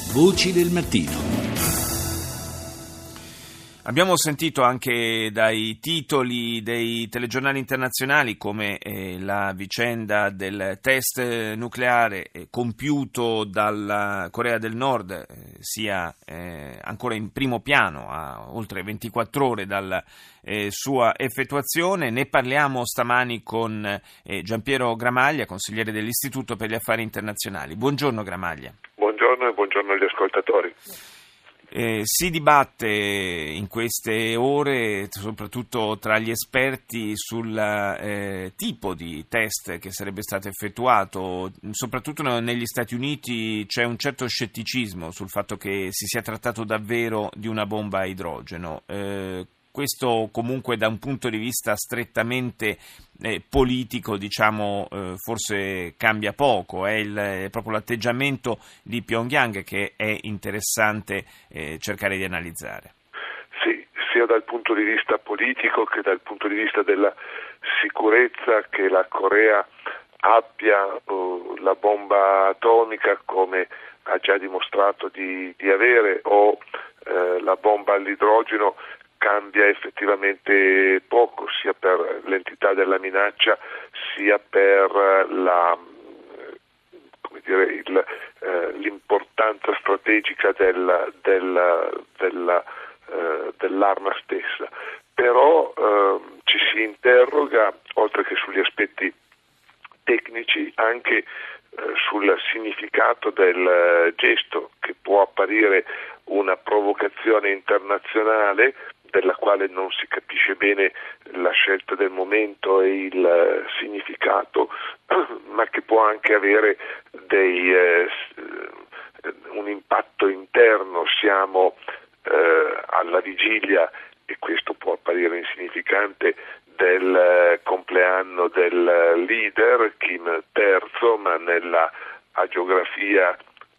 Voci del mattino. Abbiamo sentito anche dai titoli dei telegiornali internazionali come la vicenda del test nucleare compiuto dalla Corea del Nord sia ancora in primo piano a oltre 24 ore dalla sua effettuazione. Ne parliamo stamani con Giampiero Gramaglia, consigliere dell'Istituto per gli Affari Internazionali. Buongiorno Gramaglia. Buongiorno e buongiorno agli ascoltatori. Si dibatte in queste ore, soprattutto tra gli esperti, sul tipo di test che sarebbe stato effettuato. Soprattutto negli Stati Uniti c'è un certo scetticismo sul fatto che si sia trattato davvero di una bomba a idrogeno. Questo comunque da un punto di vista strettamente politico, diciamo, forse cambia poco. È proprio l'atteggiamento di Pyongyang che è interessante cercare di analizzare. Sì, sia dal punto di vista politico che dal punto di vista della sicurezza che la Corea abbia la bomba atomica come ha già dimostrato di avere o la bomba all'idrogeno cambia effettivamente poco, sia per l'entità della minaccia sia per l'importanza strategica dell'arma stessa. Però ci si interroga, oltre che sugli aspetti tecnici, anche sul significato del gesto, che può apparire una provocazione internazionale della quale non si capisce bene la scelta del momento e il significato, ma che può anche avere un impatto interno. Siamo alla vigilia, e questo può apparire insignificante, del compleanno del leader Kim III, ma nella agiografia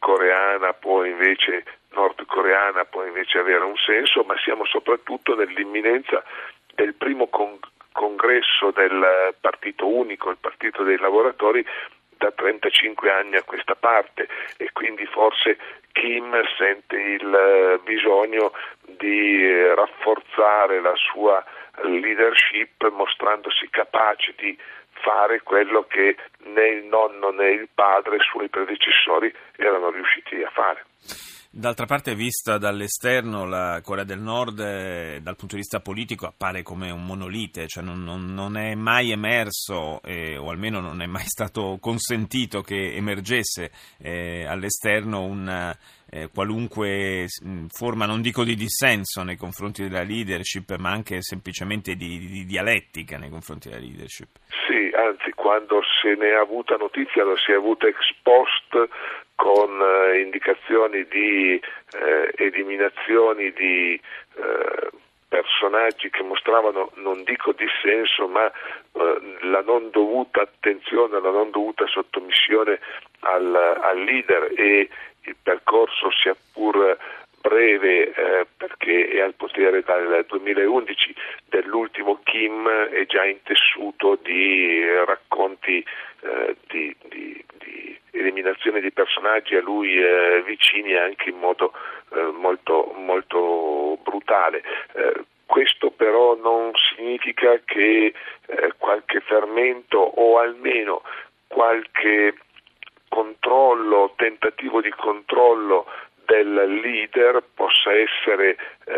nordcoreana può invece avere un senso. Ma siamo soprattutto nell'imminenza del primo congresso del partito unico, il partito dei lavoratori, da 35 anni a questa parte, e quindi forse Kim sente il bisogno di rafforzare la sua leadership, mostrandosi capace di fare quello che né il nonno né il padre, suoi predecessori, erano riusciti a fare. D'altra parte, vista dall'esterno, la Corea del Nord dal punto di vista politico appare come un monolite, cioè non è mai emerso, o almeno non è mai stato consentito che emergesse all'esterno una qualunque forma, non dico di dissenso nei confronti della leadership, ma anche semplicemente di dialettica nei confronti della leadership. Sì, anzi, quando se ne è avuta notizia lo si è avuta ex post, con indicazioni di eliminazioni di personaggi che mostravano, non dico dissenso, ma la non dovuta attenzione, la non dovuta sottomissione al leader, e il percorso, sia pur breve, perché è al potere dal 2011, dell'ultimo Kim è già intessuto di racconti di eliminazione di personaggi a lui vicini, anche in modo molto, molto brutale. Questo però non significa che qualche fermento, o almeno qualche controllo, tentativo di controllo del leader, possa essere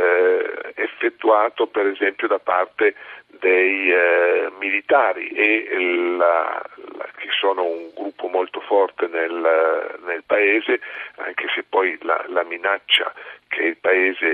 effettuato per esempio da parte dei militari, che sono un gruppo molto forte nel paese, anche se poi la minaccia che il paese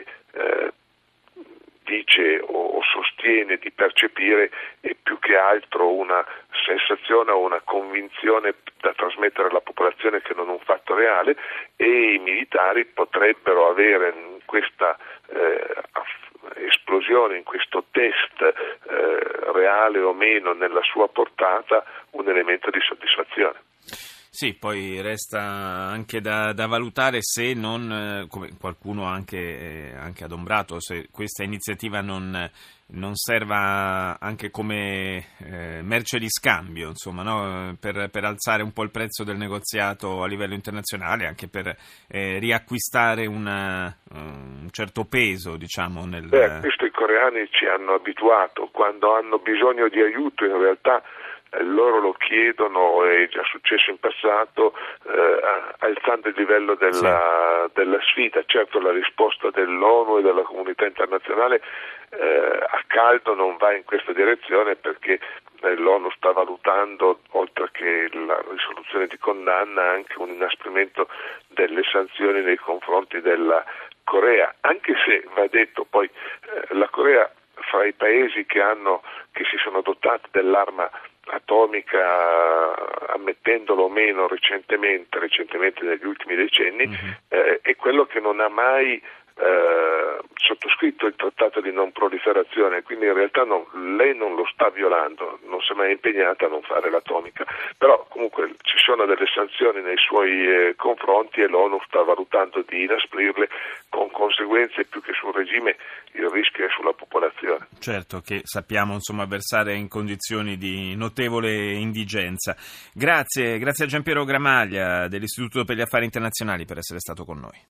dice o sostiene di percepire è più che altro una sensazione o una convinzione da trasmettere alla popolazione, che non un fatto reale, e i militari potrebbero avere in questa esplosione, in questo test, reale o meno nella sua portata, un elemento di soddisfazione. Sì, poi resta anche da valutare se non, come qualcuno ha anche adombrato, se questa iniziativa non serva anche come merce di scambio, insomma, no? Per alzare un po' il prezzo del negoziato a livello internazionale, anche per riacquistare un certo peso, diciamo. A questo i coreani ci hanno abituato. Quando hanno bisogno di aiuto, in realtà loro lo chiedono, è già successo in passato, alzando il livello della sfida. Certo, la risposta dell'ONU e della comunità internazionale a caldo non va in questa direzione, perché l'ONU sta valutando, oltre che la risoluzione di condanna, anche un inasprimento delle sanzioni nei confronti della Corea, anche se va detto poi la Corea, fra i paesi che si sono dotati dell'arma atomica, ammettendolo o meno recentemente negli ultimi decenni, è quello che non ha mai sottoscritto il trattato di non proliferazione, quindi in realtà lei non lo sta violando, non si è mai impegnata a non fare l'atomica, però comunque ci sono delle sanzioni nei suoi confronti e l'ONU sta valutando di inasprirle, con conseguenze più che sul regime. Il rischio è sulla popolazione. Certo, che sappiamo insomma versare in condizioni di notevole indigenza. Grazie a Giampiero Gramaglia dell'Istituto per gli Affari Internazionali per essere stato con noi.